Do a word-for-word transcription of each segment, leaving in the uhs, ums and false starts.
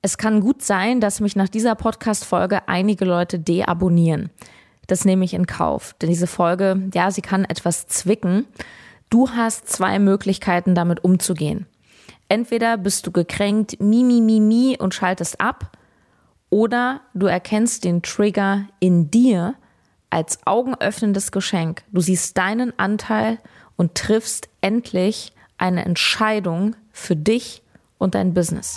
Es kann gut sein, dass mich nach dieser Podcast-Folge einige Leute deabonnieren. Das nehme ich in Kauf, denn diese Folge, ja, sie kann etwas zwicken. Du hast zwei Möglichkeiten, damit umzugehen. Entweder bist du gekränkt, mi, mi, mi, mi und schaltest ab, oder du erkennst den Trigger in dir als augenöffnendes Geschenk. Du siehst deinen Anteil und triffst endlich eine Entscheidung für dich und dein Business.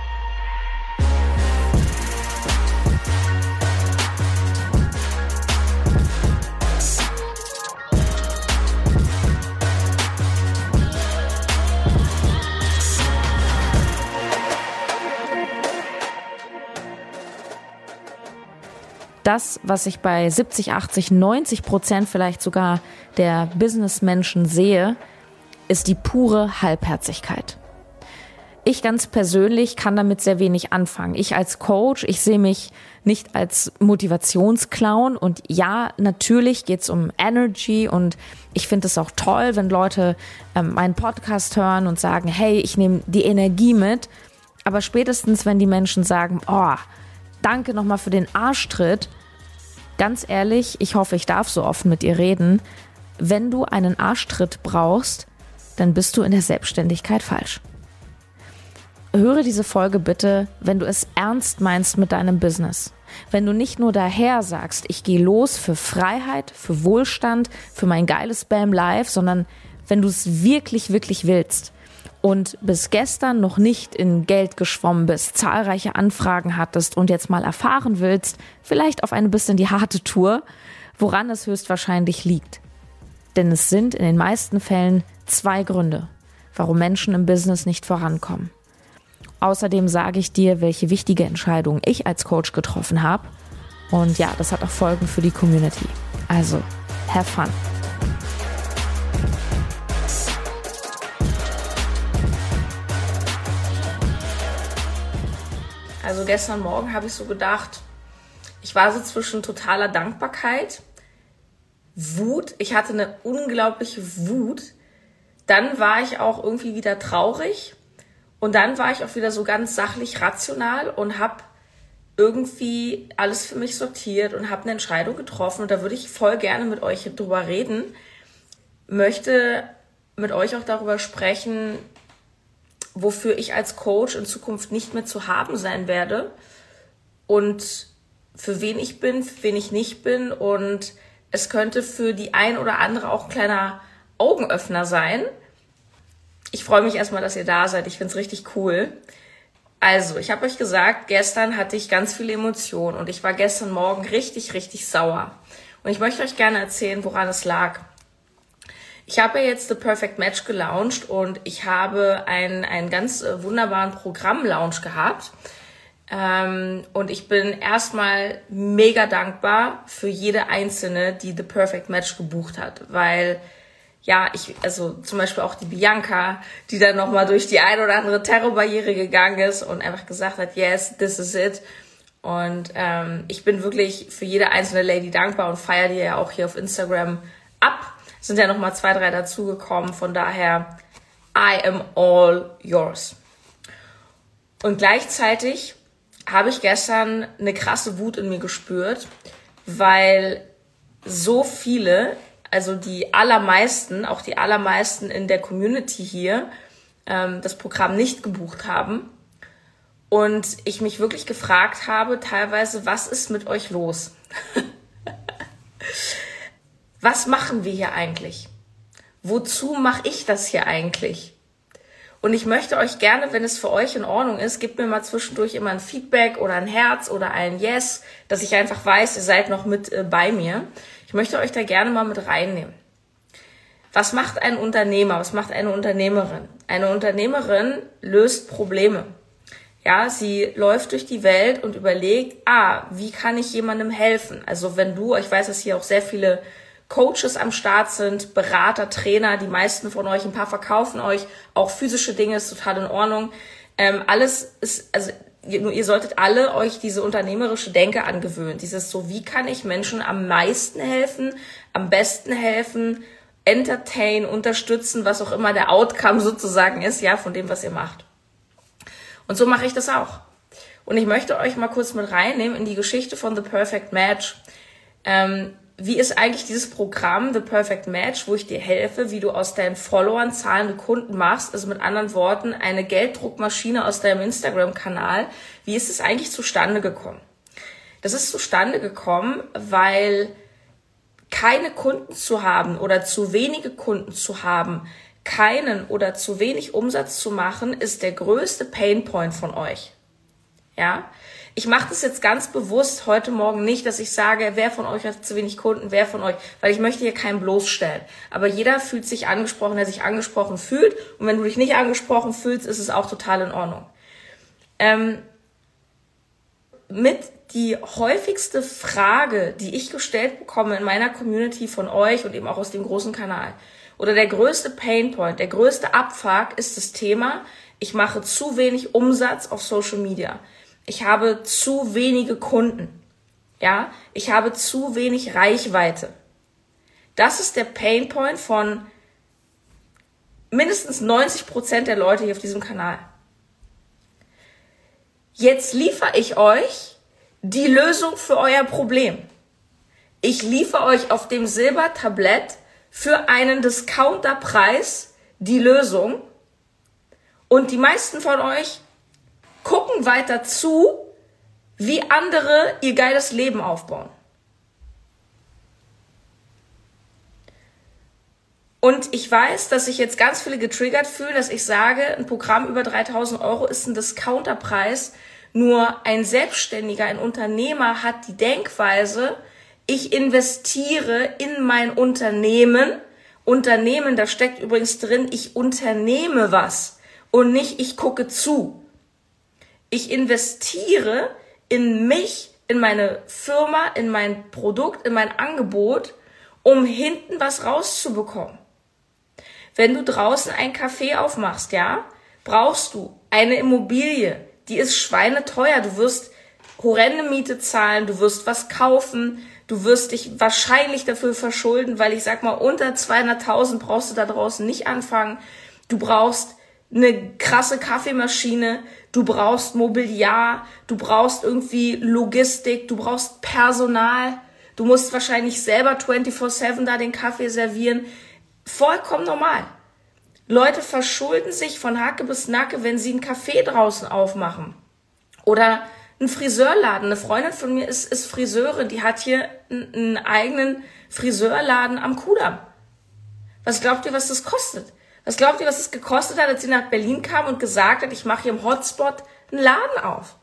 Das, was ich bei siebzig, achtzig, neunzig Prozent vielleicht sogar der Businessmenschen sehe, ist die pure Halbherzigkeit. Ich ganz persönlich kann damit sehr wenig anfangen. Ich als Coach, ich sehe mich nicht als Motivationsclown und ja, natürlich geht es um Energy und ich finde es auch toll, wenn Leute ähm, meinen Podcast hören und sagen, hey, ich nehme die Energie mit, aber spätestens, wenn die Menschen sagen, oh, danke nochmal für den Arschtritt. Ganz ehrlich, ich hoffe, ich darf so offen mit ihr reden. Wenn du einen Arschtritt brauchst, dann bist du in der Selbstständigkeit falsch. Höre diese Folge bitte, wenn du es ernst meinst mit deinem Business. Wenn du nicht nur daher sagst, ich gehe los für Freiheit, für Wohlstand, für mein geiles Bam Life, sondern wenn du es wirklich, wirklich willst. Und bis gestern noch nicht in Geld geschwommen bist, zahlreiche Anfragen hattest und jetzt mal erfahren willst, vielleicht auf eine bisschen die harte Tour, woran es höchstwahrscheinlich liegt. Denn es sind in den meisten Fällen zwei Gründe, warum Menschen im Business nicht vorankommen. Außerdem sage ich dir, welche wichtige Entscheidung ich als Coach getroffen habe. Und ja, das hat auch Folgen für die Community. Also, have fun! Also gestern Morgen habe ich so gedacht, ich war so zwischen totaler Dankbarkeit, Wut, ich hatte eine unglaubliche Wut, dann war ich auch irgendwie wieder traurig und dann war ich auch wieder so ganz sachlich rational und habe irgendwie alles für mich sortiert und habe eine Entscheidung getroffen und da würde ich voll gerne mit euch drüber reden, möchte mit euch auch darüber sprechen, wofür ich als Coach in Zukunft nicht mehr zu haben sein werde und für wen ich bin, für wen ich nicht bin und es könnte für die ein oder andere auch ein kleiner Augenöffner sein. Ich freue mich erstmal, dass ihr da seid. Ich finde es richtig cool. Also, ich habe euch gesagt, gestern hatte ich ganz viele Emotionen und ich war gestern Morgen richtig, richtig sauer. Und ich möchte euch gerne erzählen, woran es lag. Ich habe ja jetzt The Perfect Match gelauncht und ich habe einen, einen ganz wunderbaren Programm-Launch gehabt. Ähm, und ich bin erstmal mega dankbar für jede Einzelne, die The Perfect Match gebucht hat. Weil, ja, ich, also zum Beispiel auch die Bianca, die dann nochmal durch die ein oder andere Terrorbarriere gegangen ist und einfach gesagt hat, yes, this is it. Und ähm, ich bin wirklich für jede einzelne Lady dankbar und feiere die ja auch hier auf Instagram ab. Sind ja nochmal zwei, drei dazugekommen, von daher, I am all yours. Und gleichzeitig habe ich gestern eine krasse Wut in mir gespürt, weil so viele, also die allermeisten, auch die allermeisten in der Community hier, ähm, das Programm nicht gebucht haben. Und ich mich wirklich gefragt habe, teilweise, was ist mit euch los? Was machen wir hier eigentlich? Wozu mache ich das hier eigentlich? Und ich möchte euch gerne, wenn es für euch in Ordnung ist, gebt mir mal zwischendurch immer ein Feedback oder ein Herz oder ein Yes, dass ich einfach weiß, ihr seid noch mit äh, bei mir. Ich möchte euch da gerne mal mit reinnehmen. Was macht ein Unternehmer? Was macht eine Unternehmerin? Eine Unternehmerin löst Probleme. Ja, sie läuft durch die Welt und überlegt, ah, wie kann ich jemandem helfen? Also wenn du, ich weiß, dass hier auch sehr viele Coaches am Start sind, Berater, Trainer, die meisten von euch, ein paar verkaufen euch, auch physische Dinge, ist total in Ordnung. Ähm, alles ist, also ihr, ihr solltet alle euch diese unternehmerische Denke angewöhnen. Dieses so, wie kann ich Menschen am meisten helfen, am besten helfen, entertain, unterstützen, was auch immer der Outcome sozusagen ist, ja, von dem, was ihr macht. Und so mache ich das auch. Und ich möchte euch mal kurz mit reinnehmen in die Geschichte von The Perfect Match. Ähm, wie ist eigentlich dieses Programm The Perfect Match, wo ich dir helfe, wie du aus deinen Followern zahlende Kunden machst, also mit anderen Worten eine Gelddruckmaschine aus deinem Instagram-Kanal. Wie ist es eigentlich zustande gekommen? Das ist zustande gekommen, weil keine Kunden zu haben oder zu wenige Kunden zu haben, keinen oder zu wenig Umsatz zu machen, ist der größte Painpoint von euch. Ja, ich mache das jetzt ganz bewusst heute Morgen nicht, dass ich sage, wer von euch hat zu wenig Kunden, wer von euch, weil ich möchte hier keinen bloßstellen. Aber jeder fühlt sich angesprochen, der sich angesprochen fühlt. Und wenn du dich nicht angesprochen fühlst, ist es auch total in Ordnung. Ähm, mit die häufigste Frage, die ich gestellt bekomme in meiner Community von euch und eben auch aus dem großen Kanal, oder der größte Painpoint, der größte Abfuck ist das Thema, ich mache zu wenig Umsatz auf Social Media. Ich habe zu wenige Kunden. Ja, ich habe zu wenig Reichweite. Das ist der Painpoint von mindestens neunzig Prozent der Leute hier auf diesem Kanal. Jetzt liefere ich euch die Lösung für euer Problem. Ich liefere euch auf dem Silbertablett für einen Discounterpreis die Lösung. Und die meisten von euch gucken weiter zu, wie andere ihr geiles Leben aufbauen. Und ich weiß, dass sich jetzt ganz viele getriggert fühlen, dass ich sage, ein Programm über dreitausend Euro ist ein Discounterpreis. Nur ein Selbstständiger, ein Unternehmer hat die Denkweise, ich investiere in mein Unternehmen. Unternehmen, da steckt übrigens drin, ich unternehme was und nicht ich gucke zu. Ich investiere in mich, in meine Firma, in mein Produkt, in mein Angebot, um hinten was rauszubekommen. Wenn du draußen ein Café aufmachst, ja, brauchst du eine Immobilie, die ist schweineteuer. Du wirst horrende Miete zahlen, du wirst was kaufen, du wirst dich wahrscheinlich dafür verschulden, weil ich sag mal, unter zweihunderttausend brauchst du da draußen nicht anfangen. Du brauchst eine krasse Kaffeemaschine, du brauchst Mobiliar, du brauchst irgendwie Logistik, du brauchst Personal, du musst wahrscheinlich selber vierundzwanzig sieben da den Kaffee servieren. Vollkommen normal. Leute verschulden sich von Hacke bis Nacke, wenn sie ein Café draußen aufmachen. Oder ein Friseurladen. Eine Freundin von mir ist, ist Friseurin, die hat hier einen, einen eigenen Friseurladen am Kudamm. Was glaubt ihr, was das kostet? Was glaubt ihr, was es gekostet hat, als sie nach Berlin kam und gesagt hat, ich mache hier im Hotspot einen Laden auf?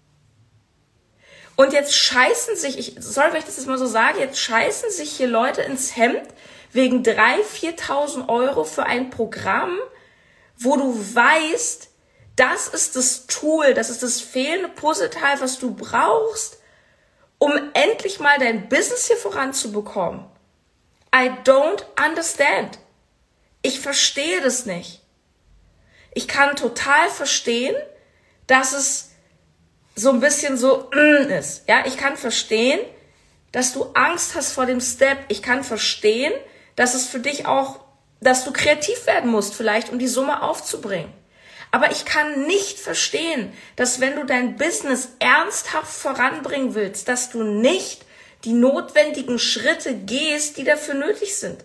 Und jetzt scheißen sich, ich, sorry, wenn ich das jetzt mal so sage, jetzt scheißen sich hier Leute ins Hemd wegen dreitausend, viertausend Euro für ein Programm, wo du weißt, das ist das Tool, das ist das fehlende Puzzleteil, was du brauchst, um endlich mal dein Business hier voranzubekommen. I don't understand. Ich verstehe das nicht. Ich kann total verstehen, dass es so ein bisschen so ist. Ja, ich kann verstehen, dass du Angst hast vor dem Step. Ich kann verstehen, dass es für dich auch, dass du kreativ werden musst, vielleicht, um die Summe aufzubringen. Aber ich kann nicht verstehen, dass wenn du dein Business ernsthaft voranbringen willst, dass du nicht die notwendigen Schritte gehst, die dafür nötig sind.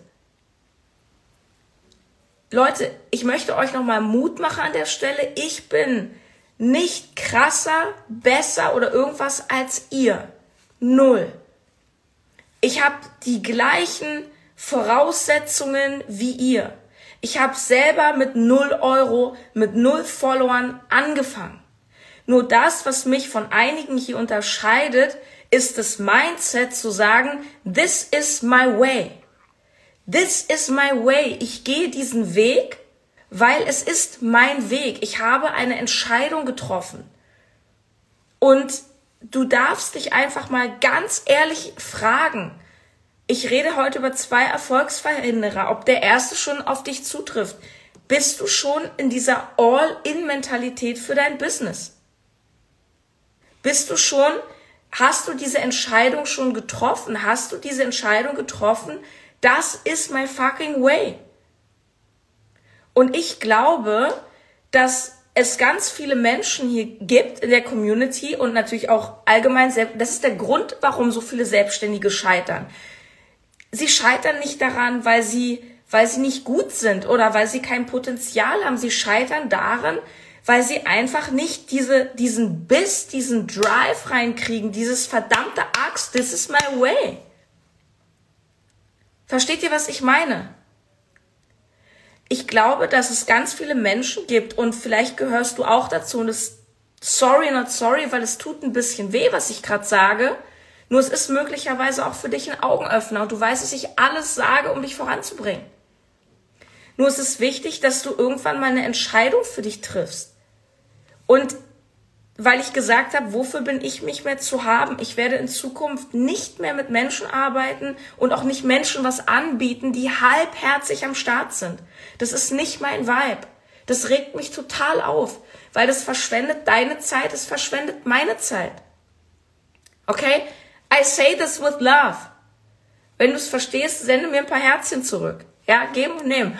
Leute, ich möchte euch nochmal Mut machen an der Stelle. Ich bin nicht krasser, besser oder irgendwas als ihr. Null. Ich habe die gleichen Voraussetzungen wie ihr. Ich habe selber mit null Euro, mit null Followern angefangen. Nur das, was mich von einigen hier unterscheidet, ist das Mindset zu sagen, this is my way. This is my way. Ich gehe diesen Weg, weil es ist mein Weg. Ich habe eine Entscheidung getroffen. Und du darfst dich einfach mal ganz ehrlich fragen. Ich rede heute über zwei Erfolgsverhinderer, ob der erste schon auf dich zutrifft. Bist du schon in dieser All-in-Mentalität für dein Business? Bist du schon, hast du diese Entscheidung schon getroffen? Hast du diese Entscheidung getroffen? Das ist my fucking way. Und ich glaube, dass es ganz viele Menschen hier gibt in der Community und natürlich auch allgemein, das ist der Grund, warum so viele Selbstständige scheitern. Sie scheitern nicht daran, weil sie, weil sie nicht gut sind oder weil sie kein Potenzial haben. Sie scheitern daran, weil sie einfach nicht diese, diesen Biss, diesen Drive reinkriegen, dieses verdammte Axt, this is my way. Versteht ihr, was ich meine? Ich glaube, dass es ganz viele Menschen gibt und vielleicht gehörst du auch dazu und es sorry not sorry, weil es tut ein bisschen weh, was ich gerade sage. Nur es ist möglicherweise auch für dich ein Augenöffner und du weißt, dass ich alles sage, um dich voranzubringen. Nur es ist wichtig, dass du irgendwann mal eine Entscheidung für dich triffst. Und weil ich gesagt habe, wofür bin ich mich mehr zu haben? Ich werde in Zukunft nicht mehr mit Menschen arbeiten und auch nicht Menschen was anbieten, die halbherzig am Start sind. Das ist nicht mein Vibe. Das regt mich total auf, weil das verschwendet deine Zeit, es verschwendet meine Zeit. Okay? I say this with love. Wenn du es verstehst, sende mir ein paar Herzchen zurück. Ja, geben und nehmen.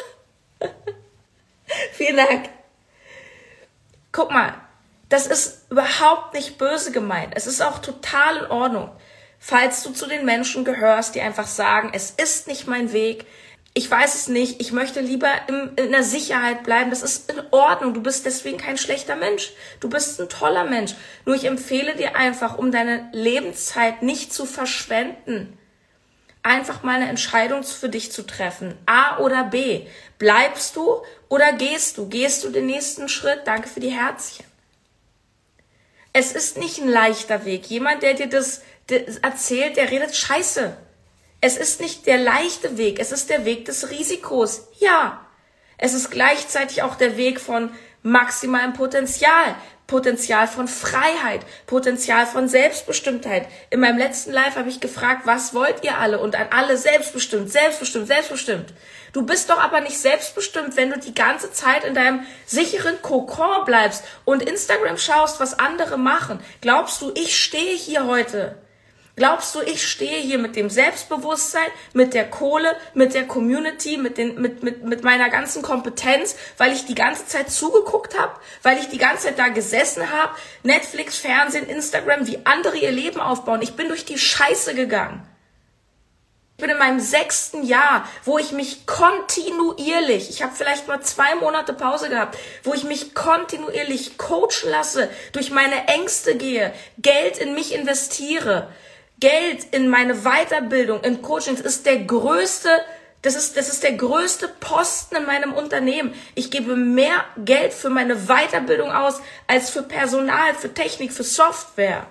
Vielen Dank. Guck mal. Das ist überhaupt nicht böse gemeint. Es ist auch total in Ordnung, falls du zu den Menschen gehörst, die einfach sagen, es ist nicht mein Weg, ich weiß es nicht, ich möchte lieber in, in der Sicherheit bleiben. Das ist in Ordnung, du bist deswegen kein schlechter Mensch. Du bist ein toller Mensch. Nur ich empfehle dir einfach, um deine Lebenszeit nicht zu verschwenden, einfach mal eine Entscheidung für dich zu treffen. A oder B. Bleibst du oder gehst du? Gehst du den nächsten Schritt? Danke für die Herzchen. Es ist nicht ein leichter Weg. Jemand, der dir das erzählt, der redet Scheiße. Es ist nicht der leichte Weg. Es ist der Weg des Risikos. Ja. Es ist gleichzeitig auch der Weg von maximalem Potenzial. Potenzial von Freiheit. Potenzial von Selbstbestimmtheit. In meinem letzten Live habe ich gefragt, was wollt ihr alle? Und an alle selbstbestimmt, selbstbestimmt, selbstbestimmt. Du bist doch aber nicht selbstbestimmt, wenn du die ganze Zeit in deinem sicheren Kokon bleibst und Instagram schaust, was andere machen. Glaubst du, ich stehe hier heute? Glaubst du, ich stehe hier mit dem Selbstbewusstsein, mit der Kohle, mit der Community, mit, den, mit, mit, mit meiner ganzen Kompetenz, weil ich die ganze Zeit zugeguckt habe, weil ich die ganze Zeit da gesessen habe, Netflix, Fernsehen, Instagram, wie andere ihr Leben aufbauen. Ich bin durch die Scheiße gegangen. Ich bin in meinem sechsten Jahr, wo ich mich kontinuierlich, ich habe vielleicht mal zwei Monate Pause gehabt, wo ich mich kontinuierlich coachen lasse, durch meine Ängste gehe, Geld in mich investiere, Geld in meine Weiterbildung, in Coachings ist der größte, das ist, das ist der größte Posten in meinem Unternehmen. Ich gebe mehr Geld für meine Weiterbildung aus, als für Personal, für Technik, für Software.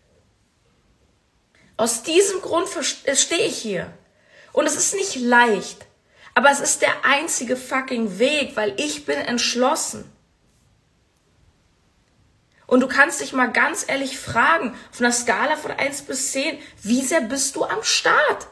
Aus diesem Grund stehe ich hier. Und es ist nicht leicht, aber es ist der einzige fucking Weg, weil ich bin entschlossen. Und du kannst dich mal ganz ehrlich fragen, auf einer Skala von eins bis zehn, wie sehr bist du am Start?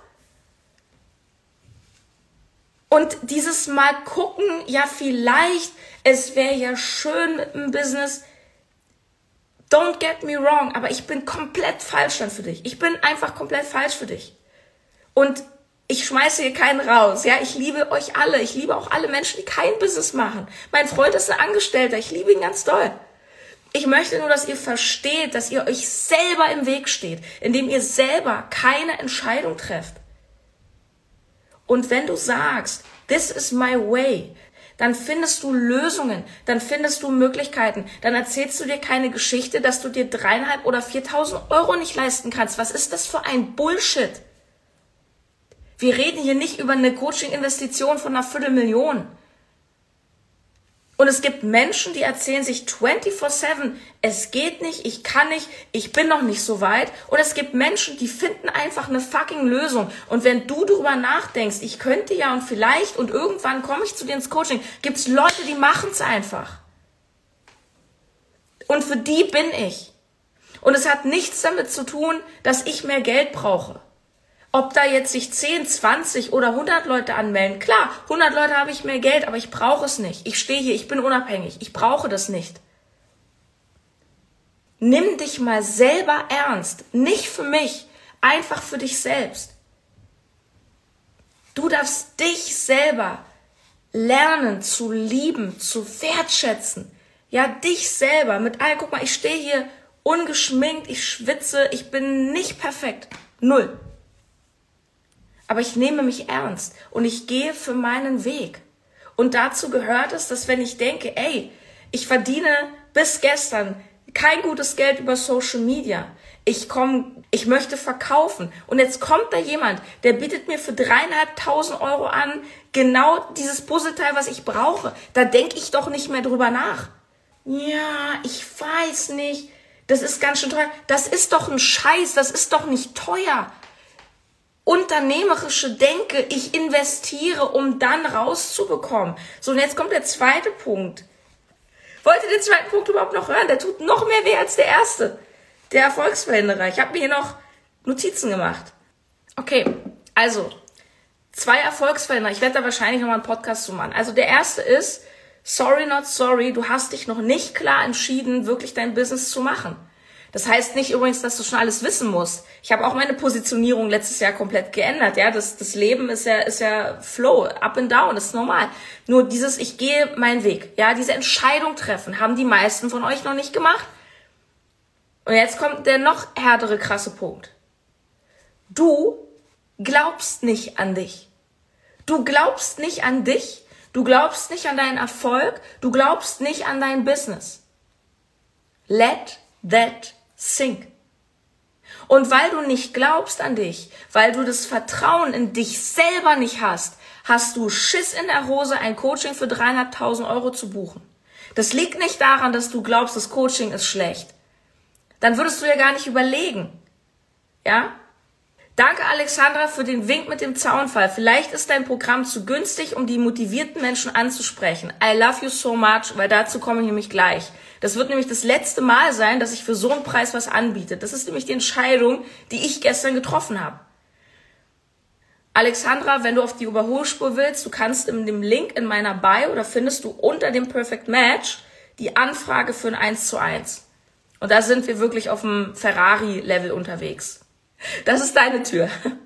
Und dieses Mal gucken, ja vielleicht, es wäre ja schön mit dem Business. Don't get me wrong, aber ich bin komplett falsch dann für dich. Ich bin einfach komplett falsch für dich. Und ich schmeiße hier keinen raus. Ja, ich liebe euch alle. Ich liebe auch alle Menschen, die kein Business machen. Mein Freund ist ein Angestellter. Ich liebe ihn ganz doll. Ich möchte nur, dass ihr versteht, dass ihr euch selber im Weg steht, indem ihr selber keine Entscheidung trefft. Und wenn du sagst, this is my way, dann findest du Lösungen, dann findest du Möglichkeiten, dann erzählst du dir keine Geschichte, dass du dir dreieinhalb oder viertausend Euro nicht leisten kannst. Was ist das für ein Bullshit? Wir reden hier nicht über eine Coaching-Investition von einer Viertelmillion. Und es gibt Menschen, die erzählen sich vierundzwanzig sieben, es geht nicht, ich kann nicht, ich bin noch nicht so weit. Und es gibt Menschen, die finden einfach eine fucking Lösung. Und wenn du darüber nachdenkst, ich könnte ja und vielleicht und irgendwann komme ich zu dir ins Coaching, gibt es Leute, die machen es einfach. Und für die bin ich. Und es hat nichts damit zu tun, dass ich mehr Geld brauche. Ob da jetzt sich zehn, zwanzig oder hundert Leute anmelden, klar, hundert Leute habe ich mehr Geld, aber ich brauche es nicht. Ich stehe hier, ich bin unabhängig, ich brauche das nicht. Nimm dich mal selber ernst, nicht für mich, einfach für dich selbst. Du darfst dich selber lernen zu lieben, zu wertschätzen. Ja, dich selber mit all, guck mal, ich stehe hier ungeschminkt, ich schwitze, ich bin nicht perfekt. Null. Aber ich nehme mich ernst und ich gehe für meinen Weg. Und dazu gehört es, dass wenn ich denke, ey, ich verdiene bis gestern kein gutes Geld über Social Media. Ich komme, ich möchte verkaufen. Und jetzt kommt da jemand, der bietet mir für dreieinhalbtausend Euro an, genau dieses Puzzleteil, was ich brauche. Da denke ich doch nicht mehr drüber nach. Ja, ich weiß nicht. Das ist ganz schön teuer. Das ist doch ein Scheiß. Das ist doch nicht teuer. Unternehmerische Denke, ich investiere, um dann rauszubekommen. So, und jetzt kommt der zweite Punkt. Wollt ihr den zweiten Punkt überhaupt noch hören? Der tut noch mehr weh als der erste. Der Erfolgsverhinderer. Ich habe mir hier noch Notizen gemacht. Okay, also, zwei Erfolgsverhinderer. Ich werde da wahrscheinlich nochmal einen Podcast zu machen. Also der erste ist, sorry not sorry, du hast dich noch nicht klar entschieden, wirklich dein Business zu machen. Das heißt nicht übrigens, dass du schon alles wissen musst. Ich habe auch meine Positionierung letztes Jahr komplett geändert. Ja, das, das Leben ist ja, ist ja Flow, up and down, das ist normal. Nur dieses, ich gehe meinen Weg. Ja, diese Entscheidung treffen, haben die meisten von euch noch nicht gemacht. Und jetzt kommt der noch härtere, krasse Punkt. Du glaubst nicht an dich. Du glaubst nicht an dich. Du glaubst nicht an deinen Erfolg. Du glaubst nicht an dein Business. Let that sink. Und weil du nicht glaubst an dich, weil du das Vertrauen in dich selber nicht hast, hast du Schiss in der Hose, ein Coaching für dreieinhalbtausend Euro zu buchen. Das liegt nicht daran, dass du glaubst, das Coaching ist schlecht. Dann würdest du ja gar nicht überlegen. Ja? Danke, Alexandra, für den Wink mit dem Zaunfall. Vielleicht ist dein Programm zu günstig, um die motivierten Menschen anzusprechen. I love you so much, weil dazu komme ich nämlich gleich. Das wird nämlich das letzte Mal sein, dass ich für so einen Preis was anbiete. Das ist nämlich die Entscheidung, die ich gestern getroffen habe. Alexandra, wenn du auf die Überholspur willst, du kannst in dem Link in meiner Bio oder findest du unter dem Perfect Match die Anfrage für ein eins zu eins. Und da sind wir wirklich auf dem Ferrari-Level unterwegs. Das ist deine Tür.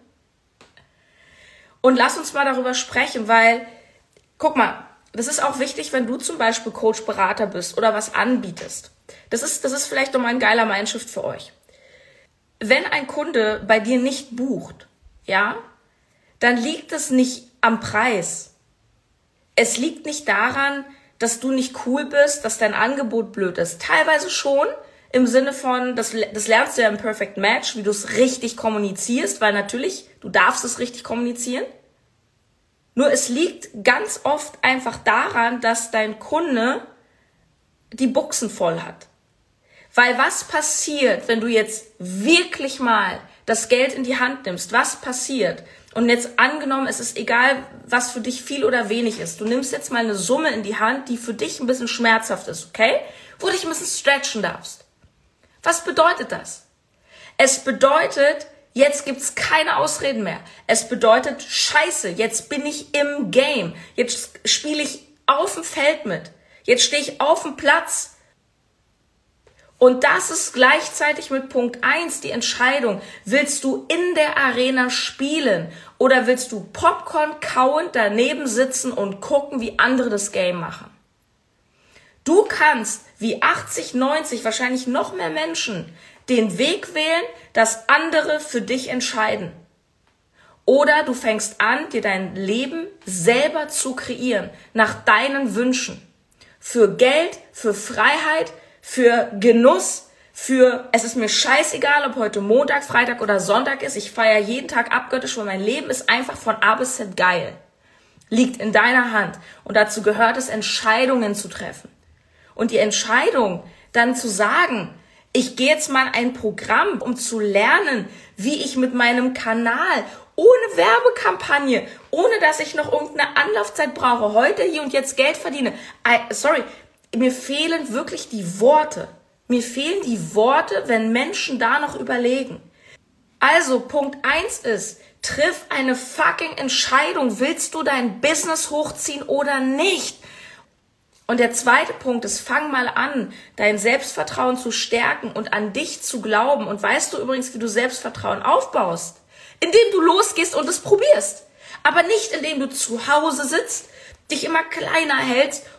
Und lass uns mal darüber sprechen, weil, guck mal, das ist auch wichtig, wenn du zum Beispiel Coach, Berater bist oder was anbietest. Das ist, das ist vielleicht nochmal ein geiler Mindshift für euch. Wenn ein Kunde bei dir nicht bucht, ja, dann liegt es nicht am Preis. Es liegt nicht daran, dass du nicht cool bist, dass dein Angebot blöd ist. Teilweise schon, im Sinne von, das, das lernst du ja im Perfect Match, wie du es richtig kommunizierst, weil natürlich, du darfst es richtig kommunizieren. Nur es liegt ganz oft einfach daran, dass dein Kunde die Buchsen voll hat. Weil was passiert, wenn du jetzt wirklich mal das Geld in die Hand nimmst? Was passiert? Und jetzt angenommen, es ist egal, was für dich viel oder wenig ist. Du nimmst jetzt mal eine Summe in die Hand, die für dich ein bisschen schmerzhaft ist, okay? Wo du dich ein bisschen stretchen darfst. Was bedeutet das? Es bedeutet, jetzt gibt's keine Ausreden mehr. Es bedeutet, scheiße, jetzt bin ich im Game. Jetzt spiele ich auf dem Feld mit. Jetzt stehe ich auf dem Platz. Und das ist gleichzeitig mit Punkt eins die Entscheidung. Willst du in der Arena spielen oder willst du Popcorn kauend daneben sitzen und gucken, wie andere das Game machen? Du kannst, wie achtzig, neunzig, wahrscheinlich noch mehr Menschen, den Weg wählen, dass andere für dich entscheiden. Oder du fängst an, dir dein Leben selber zu kreieren, nach deinen Wünschen. Für Geld, für Freiheit, für Genuss, für, es ist mir scheißegal, ob heute Montag, Freitag oder Sonntag ist. Ich feiere jeden Tag abgöttisch, weil mein Leben ist einfach von A bis Z geil. Liegt in deiner Hand. Und dazu gehört es, Entscheidungen zu treffen. Und die Entscheidung, dann zu sagen, ich gehe jetzt mal ein Programm, um zu lernen, wie ich mit meinem Kanal, ohne Werbekampagne, ohne dass ich noch irgendeine Anlaufzeit brauche, heute, hier und jetzt Geld verdiene. I, sorry, mir fehlen wirklich die Worte. Mir fehlen die Worte, wenn Menschen da noch überlegen. Also, Punkt eins ist, triff eine fucking Entscheidung. Willst du dein Business hochziehen oder nicht? Und der zweite Punkt ist, fang mal an, dein Selbstvertrauen zu stärken und an dich zu glauben. Und weißt du übrigens, wie du Selbstvertrauen aufbaust? Indem du losgehst und es probierst. Aber nicht, indem du zu Hause sitzt, dich immer kleiner hältst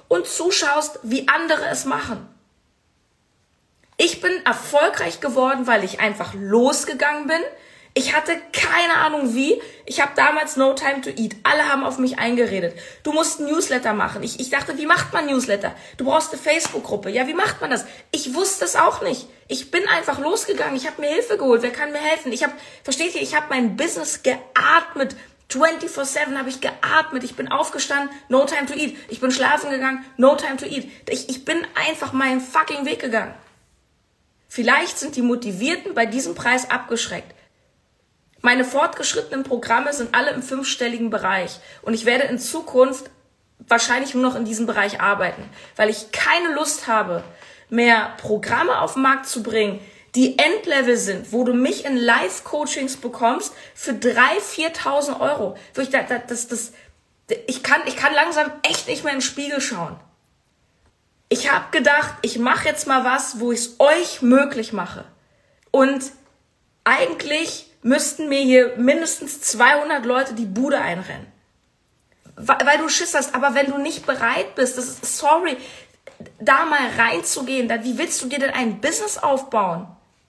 und zuschaust, wie andere es machen. Ich bin erfolgreich geworden, weil ich einfach losgegangen bin. Ich hatte keine Ahnung wie. Ich habe damals No Time to Eat. Alle haben auf mich eingeredet. Du musst ein Newsletter machen. Ich, ich dachte, wie macht man Newsletter? Du brauchst eine Facebook-Gruppe. Ja, wie macht man das? Ich wusste es auch nicht. Ich bin einfach losgegangen. Ich habe mir Hilfe geholt. Wer kann mir helfen? Ich habe, versteht ihr, ich habe mein Business geatmet. vierundzwanzig sieben habe ich geatmet. Ich bin aufgestanden. No Time to Eat. Ich bin schlafen gegangen. No Time to Eat. Ich, ich bin einfach meinen fucking Weg gegangen. Vielleicht sind die Motivierten bei diesem Preis abgeschreckt. Meine fortgeschrittenen Programme sind alle im fünfstelligen Bereich und ich werde in Zukunft wahrscheinlich nur noch in diesem Bereich arbeiten, weil ich keine Lust habe, mehr Programme auf den Markt zu bringen, die Endlevel sind, wo du mich in Live-Coachings bekommst für dreitausend, viertausend Euro. Das, das, das, ich, kann, ich kann langsam echt nicht mehr in den Spiegel schauen. Ich habe gedacht, ich mache jetzt mal was, wo ich es euch möglich mache. Und eigentlich müssten mir hier mindestens zweihundert Leute die Bude einrennen. Weil du Schiss hast. Aber wenn du nicht bereit bist, das ist, sorry, da mal reinzugehen, da, wie willst du dir denn ein Business aufbauen?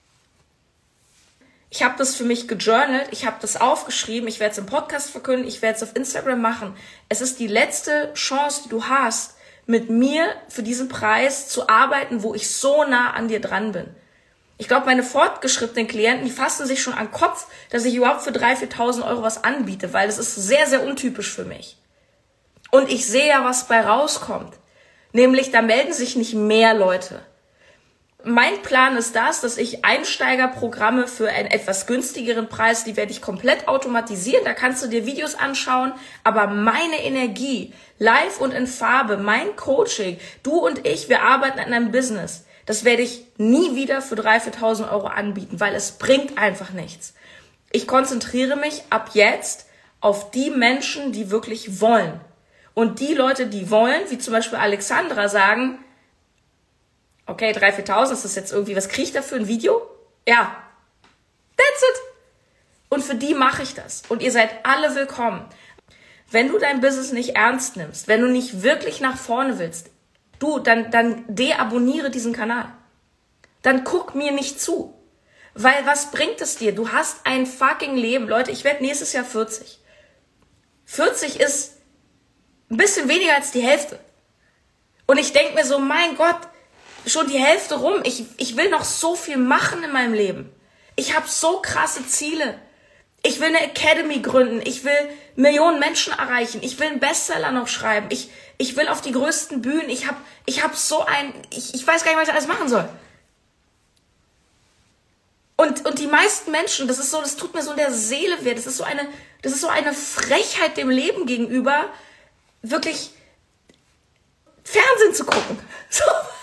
Ich habe das für mich gejournalt, ich habe das aufgeschrieben, ich werde es im Podcast verkünden, ich werde es auf Instagram machen. Es ist die letzte Chance, die du hast, mit mir für diesen Preis zu arbeiten, wo ich so nah an dir dran bin. Ich glaube, meine fortgeschrittenen Klienten, die fassen sich schon an den Kopf, dass ich überhaupt für dreitausend, viertausend Euro was anbiete, weil das ist sehr, sehr untypisch für mich. Und ich sehe ja, was bei rauskommt. Nämlich, da melden sich nicht mehr Leute. Mein Plan ist das, dass ich Einsteigerprogramme für einen etwas günstigeren Preis, die werde ich komplett automatisieren, da kannst du dir Videos anschauen, aber meine Energie, live und in Farbe, mein Coaching, du und ich, wir arbeiten an einem Business. Das werde ich nie wieder für dreitausend, viertausend Euro anbieten, weil es bringt einfach nichts. Ich konzentriere mich ab jetzt auf die Menschen, die wirklich wollen. Und die Leute, die wollen, wie zum Beispiel Alexandra, sagen, okay, dreitausend, viertausend, ist das jetzt irgendwie, was kriege ich da für ein Video? Ja, that's it. Und für die mache ich das. Und ihr seid alle willkommen. Wenn du dein Business nicht ernst nimmst, wenn du nicht wirklich nach vorne willst, du, dann, dann deabonniere diesen Kanal. Dann guck mir nicht zu. Weil was bringt es dir? Du hast ein fucking Leben. Leute, ich werde nächstes Jahr vierzig. vierzig ist ein bisschen weniger als die Hälfte. Und ich denke mir so, mein Gott, schon die Hälfte rum. Ich, ich will noch so viel machen in meinem Leben. Ich habe so krasse Ziele. Ich will eine Academy gründen. Ich will Millionen Menschen erreichen. Ich will einen Bestseller noch schreiben. Ich, ich will auf die größten Bühnen. Ich habe ich hab so ein... Ich, ich weiß gar nicht, was ich alles machen soll. Und, und die meisten Menschen, das ist so, das tut mir so in der Seele weh. Das ist so eine, das ist so eine Frechheit dem Leben gegenüber, wirklich Fernsehen zu gucken. So.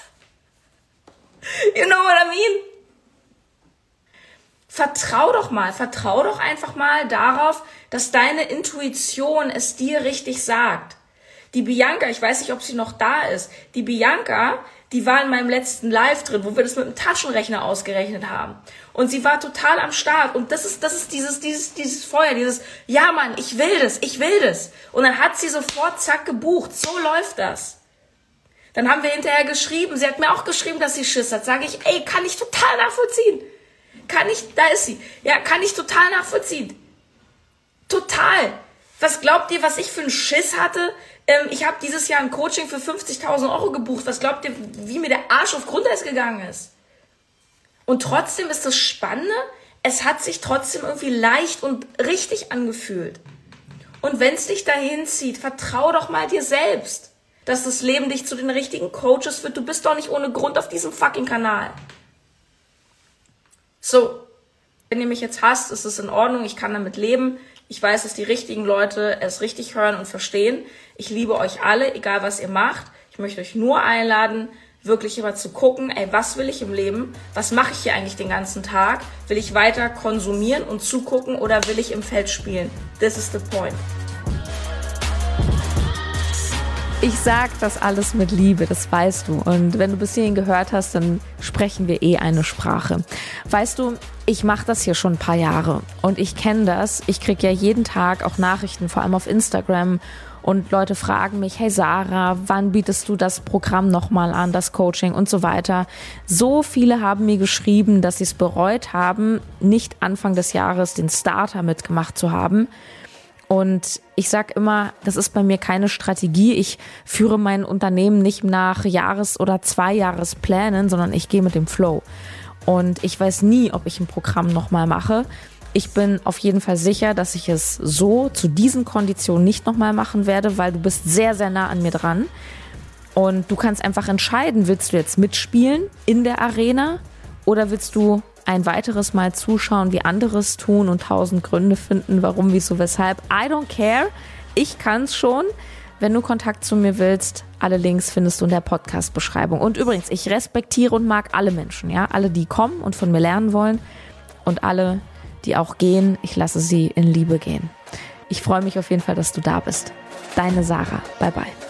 You know what I mean? Vertrau doch mal, vertrau doch einfach mal darauf, dass deine Intuition es dir richtig sagt. Die Bianca, ich weiß nicht, ob sie noch da ist, die Bianca, die war in meinem letzten Live drin, wo wir das mit dem Taschenrechner ausgerechnet haben. Und sie war total am Start. Und das ist, das ist dieses, dieses, dieses Feuer, dieses, ja Mann, ich will das, ich will das. Und dann hat sie sofort, zack, gebucht. So läuft das. Dann haben wir hinterher geschrieben, sie hat mir auch geschrieben, dass sie Schiss hat. Sage ich, ey, kann ich total nachvollziehen. Kann ich, da ist sie. Ja, kann ich total nachvollziehen. Total. Was glaubt ihr, was ich für einen Schiss hatte? Ähm, ich habe dieses Jahr ein Coaching für fünfzigtausend Euro gebucht. Was glaubt ihr, wie mir der Arsch auf Grundeis gegangen ist? Und trotzdem ist das Spannende, es hat sich trotzdem irgendwie leicht und richtig angefühlt. Und wenn es dich dahin zieht, vertrau doch mal dir selbst, dass das Leben dich zu den richtigen Coaches führt. Du bist doch nicht ohne Grund auf diesem fucking Kanal. So, wenn ihr mich jetzt hasst, ist es in Ordnung, ich kann damit leben. Ich weiß, dass die richtigen Leute es richtig hören und verstehen. Ich liebe euch alle, egal was ihr macht. Ich möchte euch nur einladen, wirklich immer zu gucken, ey, was will ich im Leben? Was mache ich hier eigentlich den ganzen Tag? Will ich weiter konsumieren und zugucken oder will ich im Feld spielen? This is the point. Ich sag das alles mit Liebe, das weißt du. Und wenn du bis hierhin gehört hast, dann sprechen wir eh eine Sprache. Weißt du, ich mache das hier schon ein paar Jahre und ich kenne das. Ich kriege ja jeden Tag auch Nachrichten, vor allem auf Instagram Und Leute fragen mich, hey Sarah, wann bietest du das Programm nochmal an, das Coaching und so weiter. So viele haben mir geschrieben, dass sie es bereut haben, nicht Anfang des Jahres den Starter mitgemacht zu haben. Und ich sag immer, das ist bei mir keine Strategie. Ich führe mein Unternehmen nicht nach Jahres- oder Zweijahresplänen, sondern ich gehe mit dem Flow. Und ich weiß nie, ob ich ein Programm nochmal mache. Ich bin auf jeden Fall sicher, dass ich es so zu diesen Konditionen nicht nochmal machen werde, weil du bist sehr, sehr nah an mir dran. Und du kannst einfach entscheiden, willst du jetzt mitspielen in der Arena oder willst du ein weiteres Mal zuschauen, wie andere es tun und tausend Gründe finden, warum, wieso, weshalb. I don't care. Ich kann's schon. Wenn du Kontakt zu mir willst, alle Links findest du in der Podcast-Beschreibung. Und übrigens, ich respektiere und mag alle Menschen, ja, alle, die kommen und von mir lernen wollen und alle, die auch gehen. Ich lasse sie in Liebe gehen. Ich freue mich auf jeden Fall, dass du da bist. Deine Sarah. Bye, bye.